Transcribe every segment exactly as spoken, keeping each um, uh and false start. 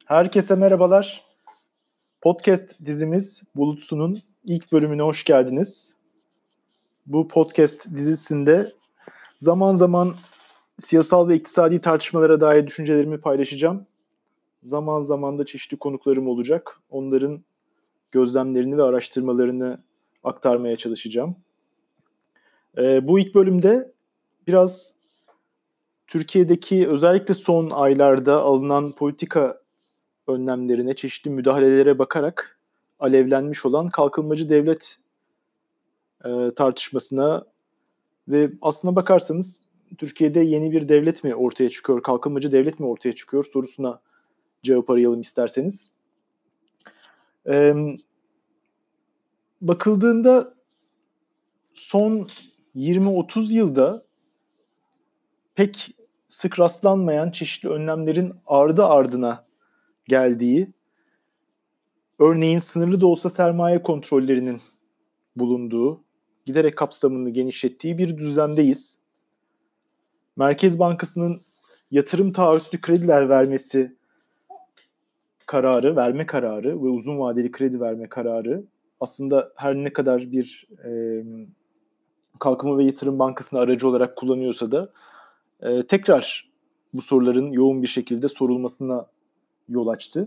Herkese merhabalar. Podcast dizimiz Bulutsu'nun ilk bölümüne hoş geldiniz. Bu podcast dizisinde zaman zaman siyasal ve iktisadi tartışmalara dair düşüncelerimi paylaşacağım. Zaman zaman da çeşitli konuklarım olacak. Onların gözlemlerini ve araştırmalarını aktarmaya çalışacağım. Ee, bu ilk bölümde biraz Türkiye'deki özellikle son aylarda alınan politika önlemlerine, çeşitli müdahalelere bakarak alevlenmiş olan kalkınmacı devlet e, tartışmasına ve aslına bakarsanız Türkiye'de yeni bir devlet mi ortaya çıkıyor, kalkınmacı devlet mi ortaya çıkıyor sorusuna cevap arayalım isterseniz. E, bakıldığında son yirmi otuz yılda pek sık rastlanmayan çeşitli önlemlerin ardı ardına geldiği, örneğin sınırlı da olsa sermaye kontrollerinin bulunduğu, giderek kapsamını genişlettiği bir düzlemdeyiz. Merkez Bankası'nın yatırım taahhütlü krediler vermesi kararı, verme kararı ve uzun vadeli kredi verme kararı aslında her ne kadar bir e, Kalkınma ve Yatırım Bankası'nı aracı olarak kullanıyorsa da e, tekrar bu soruların yoğun bir şekilde sorulmasına yol açtı.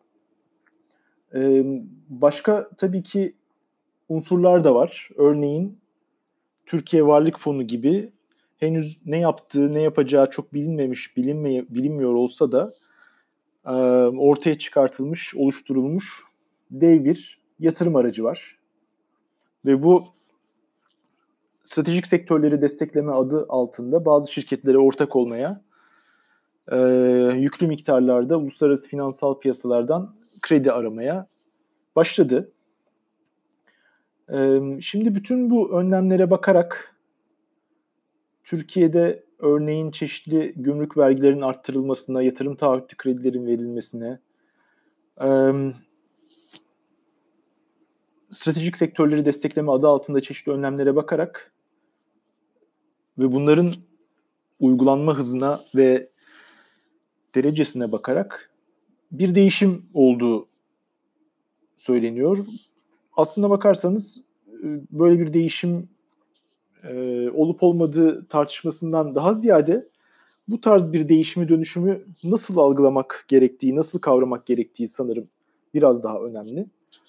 E, başka tabii ki unsurlar da var. Örneğin Türkiye Varlık Fonu gibi henüz ne yaptığı, ne yapacağı çok bilinmemiş, bilinmeye, bilinmiyor olsa da e, ortaya çıkartılmış, oluşturulmuş dev bir yatırım aracı var. Ve bu stratejik sektörleri destekleme adı altında bazı şirketlere ortak olmaya, e, yüklü miktarlarda uluslararası finansal piyasalardan kredi aramaya başladı. E, şimdi bütün bu önlemlere bakarak Türkiye'de örneğin çeşitli gümrük vergilerinin arttırılmasına, yatırım taahhütlü kredilerin verilmesine, e, stratejik sektörleri destekleme adı altında çeşitli önlemlere bakarak ve bunların uygulanma hızına ve derecesine bakarak bir değişim olduğu söyleniyor. Aslına bakarsanız böyle bir değişim e, olup olmadığı tartışmasından daha ziyade bu tarz bir değişimi, dönüşümü nasıl algılamak gerektiği, nasıl kavramak gerektiği sanırım biraz daha önemli.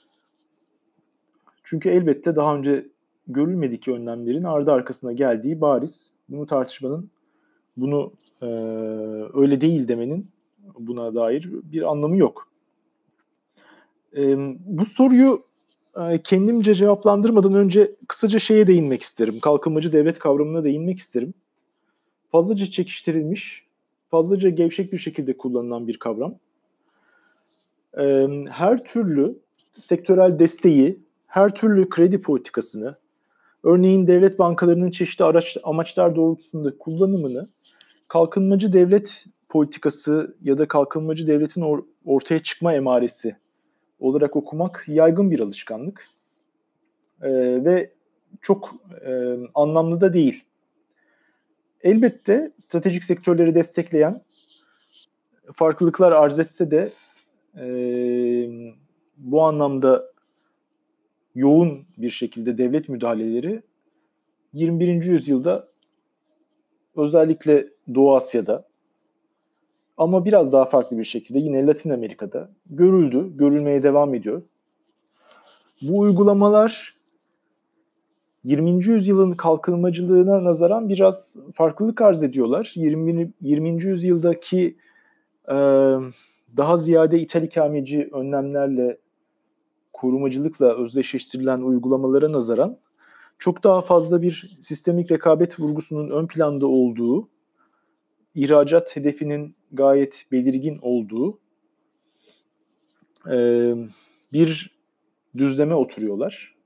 Çünkü elbette daha önce görülmedik önlemlerin ardı arkasına geldiği bariz. Bunu tartışmanın, bunu e, öyle değil demenin buna dair bir anlamı yok. E, bu soruyu e, kendimce cevaplandırmadan önce kısaca şeye değinmek isterim. Kalkınmacı devlet kavramına değinmek isterim. Fazlaca çekiştirilmiş, fazlaca gevşek bir şekilde kullanılan bir kavram. E, her türlü sektörel desteği, her türlü kredi politikasını, örneğin devlet bankalarının çeşitli araç, amaçlar doğrultusunda kullanımını kalkınmacı devlet politikası ya da kalkınmacı devletin or, ortaya çıkma emaresi olarak okumak yaygın bir alışkanlık. Ee, ve çok e, anlamlı da değil. Elbette stratejik sektörleri destekleyen farklılıklar arz etse de e, bu anlamda yoğun bir şekilde devlet müdahaleleri yirmi birinci yüzyılda özellikle Doğu Asya'da ama biraz daha farklı bir şekilde yine Latin Amerika'da görüldü, görülmeye devam ediyor. Bu uygulamalar yirminci yüzyılın kalkınmacılığına nazaran biraz farklılık arz ediyorlar. yirmi, yirminci yüzyıldaki e, daha ziyade ithal ikameci önlemlerle, korumacılıkla özdeşleştirilen uygulamalara nazaran çok daha fazla bir sistemik rekabet vurgusunun ön planda olduğu, ihracat hedefinin gayet belirgin olduğu e, bir düzleme oturuyorlar.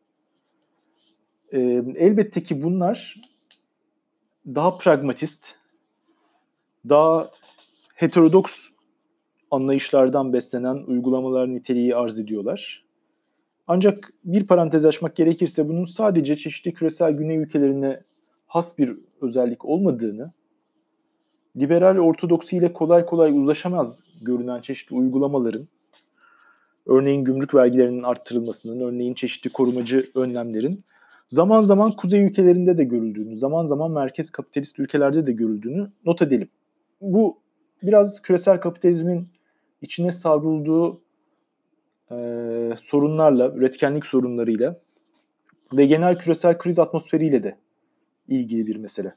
E, elbette ki bunlar daha pragmatist, daha heterodoks anlayışlardan beslenen uygulamalar niteliği arz ediyorlar. Ancak bir parantez açmak gerekirse bunun sadece çeşitli küresel güney ülkelerine has bir özellik olmadığını, liberal ortodoksi ile kolay kolay uzlaşamaz görünen çeşitli uygulamaların, örneğin gümrük vergilerinin arttırılmasının, örneğin çeşitli korumacı önlemlerin zaman zaman kuzey ülkelerinde de görüldüğünü, zaman zaman merkez kapitalist ülkelerde de görüldüğünü not edelim. Bu biraz küresel kapitalizmin içine savrulduğu e, sorunlarla, üretkenlik sorunlarıyla ve genel küresel kriz atmosferiyle de ilgili bir mesele.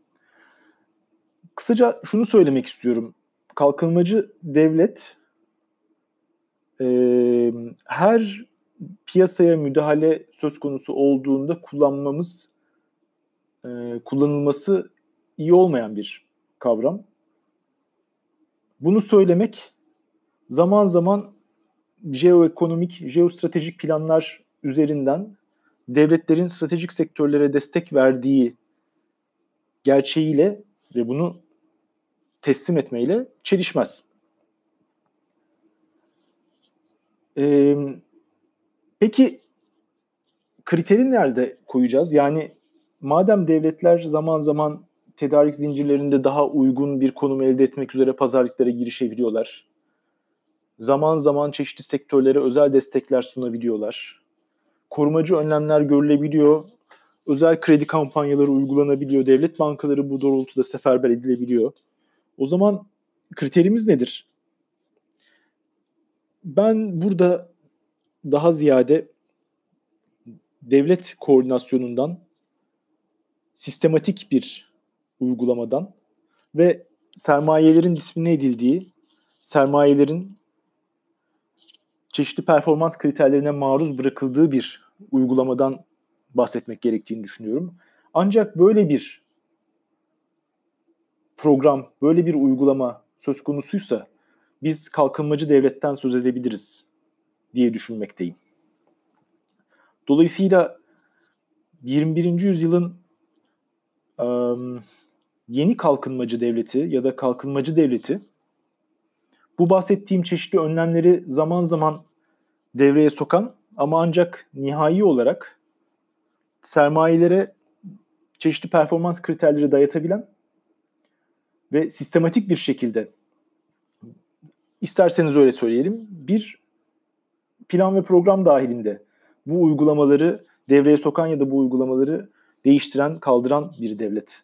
Kısaca şunu söylemek istiyorum. Kalkınmacı devlet e, her piyasaya müdahale söz konusu olduğunda kullanmamız, e, kullanılması iyi olmayan bir kavram. Bunu söylemek zaman zaman jeoekonomik, jeostratejik planlar üzerinden devletlerin stratejik sektörlere destek verdiği gerçeğiyle ve bunu teslim etmeyle çelişmez. Ee, peki kriteri nerede koyacağız? Yani madem devletler zaman zaman tedarik zincirlerinde daha uygun bir konum elde etmek üzere pazarlıklara girişebiliyorlar. Zaman zaman çeşitli sektörlere özel destekler sunabiliyorlar. Korumacı önlemler görülebiliyor. Özel kredi kampanyaları uygulanabiliyor. Devlet bankaları bu doğrultuda seferber edilebiliyor. O zaman kriterimiz nedir? Ben burada daha ziyade devlet koordinasyonundan, sistematik bir uygulamadan ve sermayelerin disipline edildiği, sermayelerin çeşitli performans kriterlerine maruz bırakıldığı bir uygulamadan bahsetmek gerektiğini düşünüyorum. Ancak böyle bir program, böyle bir uygulama söz konusuysa biz kalkınmacı devletten söz edebiliriz diye düşünmekteyim. Dolayısıyla yirmi birinci yüzyılın ıı, yeni kalkınmacı devleti ya da kalkınmacı devleti bu bahsettiğim çeşitli önlemleri zaman zaman devreye sokan ama ancak nihai olarak sermayelere çeşitli performans kriterleri dayatabilen ve sistematik bir şekilde, isterseniz öyle söyleyelim, bir plan ve program dahilinde bu uygulamaları devreye sokan ya da bu uygulamaları değiştiren, kaldıran bir devlet.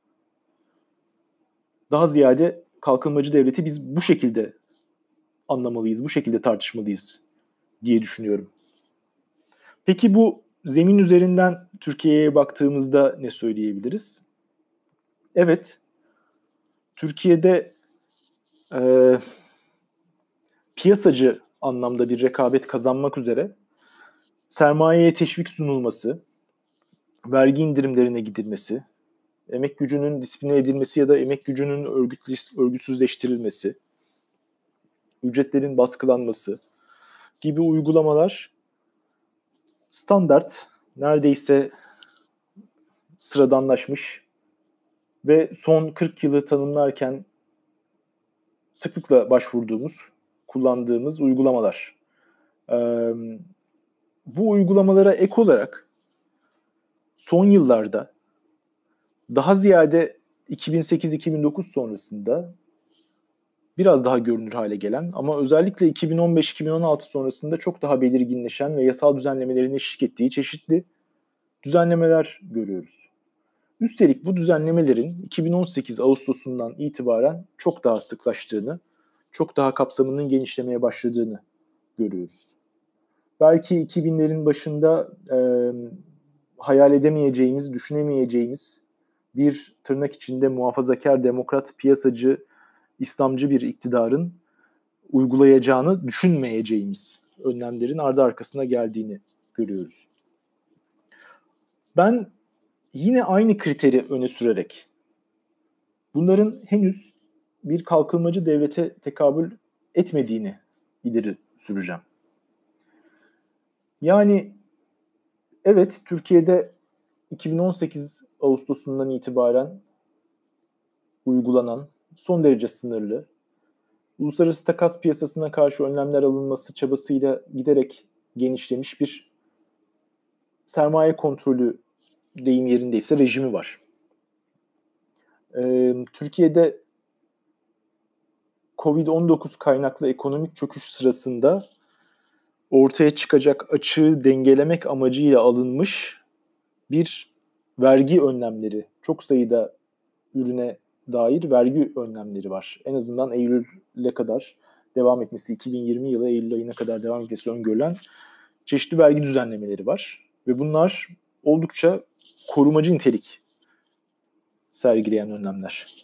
Daha ziyade kalkınmacı devleti biz bu şekilde anlamalıyız, bu şekilde tartışmalıyız diye düşünüyorum. Peki bu zemin üzerinden Türkiye'ye baktığımızda ne söyleyebiliriz? Evet, Türkiye'de e, piyasacı anlamda bir rekabet kazanmak üzere sermayeye teşvik sunulması, vergi indirimlerine gidilmesi, emek gücünün disipline edilmesi ya da emek gücünün örgütsüzleştirilmesi, ücretlerin baskılanması gibi uygulamalar standart, neredeyse sıradanlaşmış ve son kırk yılı tanımlarken sıklıkla başvurduğumuz, kullandığımız uygulamalar. Ee, bu uygulamalara ek olarak son yıllarda daha ziyade iki bin sekiz iki bin dokuz sonrasında biraz daha görünür hale gelen ama özellikle iki bin on beş iki bin on altı sonrasında çok daha belirginleşen ve yasal düzenlemelerin eşlik ettiği çeşitli düzenlemeler görüyoruz. Üstelik bu düzenlemelerin iki bin on sekiz Ağustos'undan itibaren çok daha sıklaştığını, çok daha kapsamının genişlemeye başladığını görüyoruz. Belki iki binlerin başında e, hayal edemeyeceğimiz, düşünemeyeceğimiz bir tırnak içinde muhafazakar, demokrat, piyasacı, İslamcı bir iktidarın uygulayacağını düşünmeyeceğimiz önlemlerin ardı arkasına geldiğini görüyoruz. Ben yine aynı kriteri öne sürerek bunların henüz bir kalkınmacı devlete tekabül etmediğini ileri süreceğim. Yani evet, Türkiye'de iki bin on sekiz Ağustos'undan itibaren uygulanan son derece sınırlı, uluslararası takas piyasasına karşı önlemler alınması çabasıyla giderek genişlemiş bir sermaye kontrolü, deyim yerindeyse, rejimi var. Ee, Türkiye'de kovid on dokuz kaynaklı ekonomik çöküş sırasında ortaya çıkacak açığı dengelemek amacıyla alınmış bir vergi önlemleri. Çok sayıda ürüne dair vergi önlemleri var. En azından Eylül'e kadar devam etmesi, iki bin yirmi yılı Eylül ayına kadar devam etmesi öngörülen çeşitli vergi düzenlemeleri var. Ve bunlar oldukça korumacı nitelik sergileyen önlemler.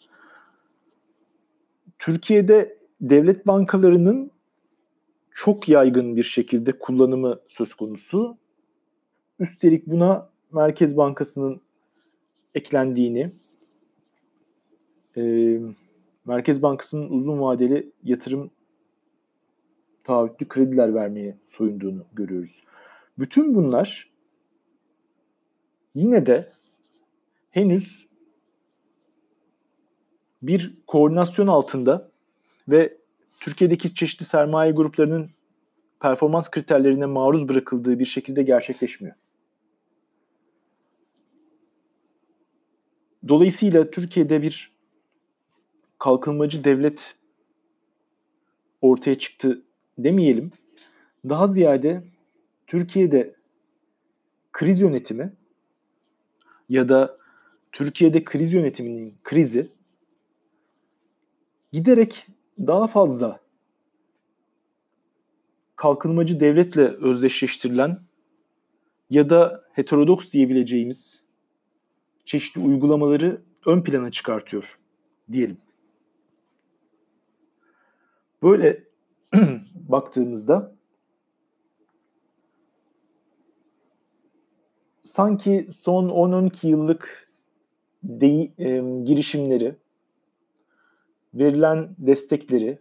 Türkiye'de devlet bankalarının çok yaygın bir şekilde kullanımı söz konusu. Üstelik buna Merkez Bankası'nın eklendiğini, e, Merkez Bankası'nın uzun vadeli yatırım taahhütlü krediler vermeye soyunduğunu görüyoruz. Bütün bunlar yine de henüz bir koordinasyon altında ve Türkiye'deki çeşitli sermaye gruplarının performans kriterlerine maruz bırakıldığı bir şekilde gerçekleşmiyor. Dolayısıyla Türkiye'de bir kalkınmacı devlet ortaya çıktı demeyelim. Daha ziyade Türkiye'de kriz yönetimi ya da Türkiye'de kriz yönetiminin krizi giderek daha fazla kalkınmacı devletle özdeşleştirilen ya da heterodoks diyebileceğimiz çeşitli uygulamaları ön plana çıkartıyor diyelim. Böyle baktığımızda sanki son on on iki yıllık de- e, girişimleri, verilen destekleri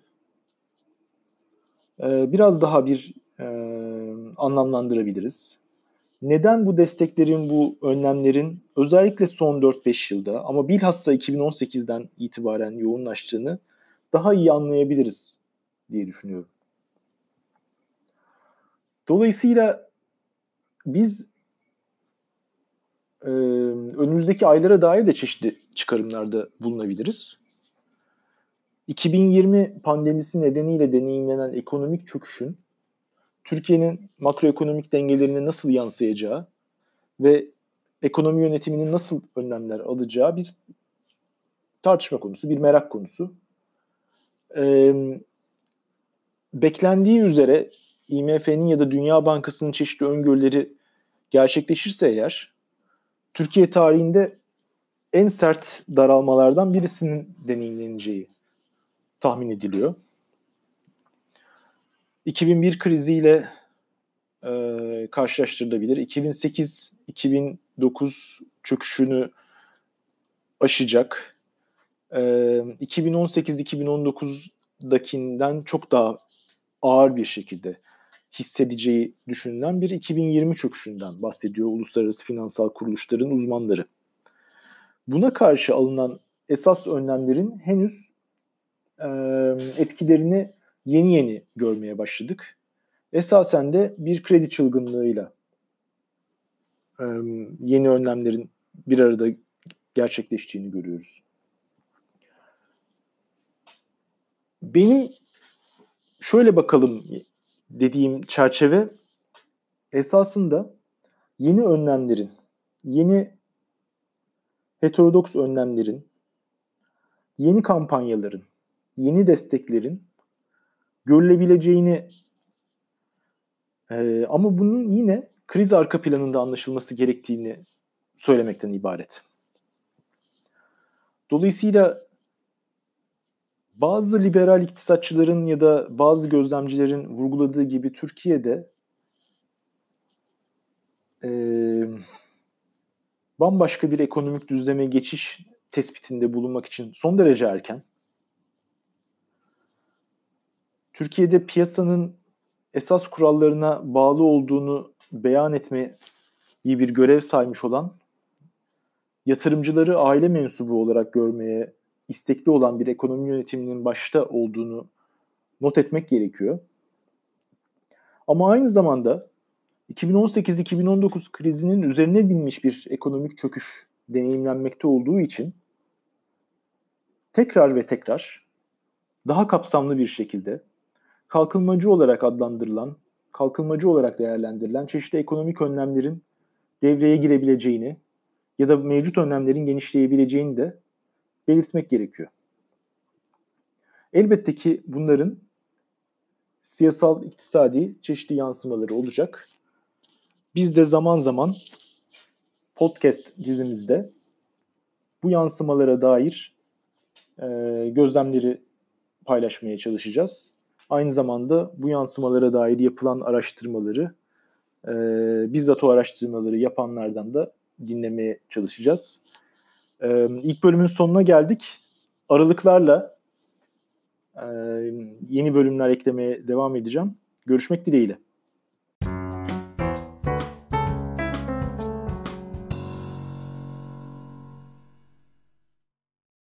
e, biraz daha bir e, anlamlandırabiliriz. Neden bu desteklerin, bu önlemlerin özellikle son dört beş yılda ama bilhassa iki bin on sekizden itibaren yoğunlaştığını daha iyi anlayabiliriz diye düşünüyorum. Dolayısıyla biz e, önümüzdeki aylara dair de çeşitli çıkarımlarda bulunabiliriz. iki bin yirmi pandemisi nedeniyle deneyimlenen ekonomik çöküşün Türkiye'nin makroekonomik dengelerine nasıl yansıyacağı ve ekonomi yönetiminin nasıl önlemler alacağı bir tartışma konusu, bir merak konusu. Ee, beklendiği üzere I M F'nin ya da Dünya Bankası'nın çeşitli öngörüleri gerçekleşirse eğer, Türkiye tarihinde en sert daralmalardan birisinin deneyimleneceği tahmin ediliyor. iki bin bir kriziyle e, karşılaştırılabilir. iki bin sekiz iki bin dokuz çöküşünü aşacak. E, iki bin on sekiz iki bin on dokuzdakinden çok daha ağır bir şekilde hissedeceği düşünülen bir iki bin yirmi çöküşünden bahsediyor uluslararası finansal kuruluşların uzmanları. Buna karşı alınan esas önlemlerin henüz e, etkilerini yeni yeni görmeye başladık. Esasen de bir kredi çılgınlığıyla e, yeni önlemlerin bir arada gerçekleştiğini görüyoruz. Benim şöyle bakalım dediğim çerçeve esasında yeni önlemlerin, yeni heterodoks önlemlerin, yeni kampanyaların, yeni desteklerin görülebileceğini e, ama bunun yine kriz arka planında anlaşılması gerektiğini söylemekten ibaret. Dolayısıyla bazı liberal iktisatçıların ya da bazı gözlemcilerin vurguladığı gibi Türkiye'de e, bambaşka bir ekonomik düzleme geçiş tespitinde bulunmak için son derece erken. Türkiye'de piyasanın esas kurallarına bağlı olduğunu beyan etmeyi bir görev saymış olan, yatırımcıları aile mensubu olarak görmeye istekli olan bir ekonomi yönetiminin başta olduğunu not etmek gerekiyor. Ama aynı zamanda iki bin on sekiz iki bin on dokuz krizinin üzerine binmiş bir ekonomik çöküş deneyimlenmekte olduğu için tekrar ve tekrar daha kapsamlı bir şekilde kalkınmacı olarak adlandırılan, kalkınmacı olarak değerlendirilen çeşitli ekonomik önlemlerin devreye girebileceğini ya da mevcut önlemlerin genişleyebileceğini de belirtmek gerekiyor. Elbette ki bunların siyasal, iktisadi çeşitli yansımaları olacak. Biz de zaman zaman podcast dizimizde bu yansımalara dair e, gözlemleri paylaşmaya çalışacağız. Aynı zamanda bu yansımalara dair yapılan araştırmaları, e, bizzat o araştırmaları yapanlardan da dinlemeye çalışacağız. E, ilk bölümün sonuna geldik. Aralıklarla e, yeni bölümler eklemeye devam edeceğim. Görüşmek dileğiyle.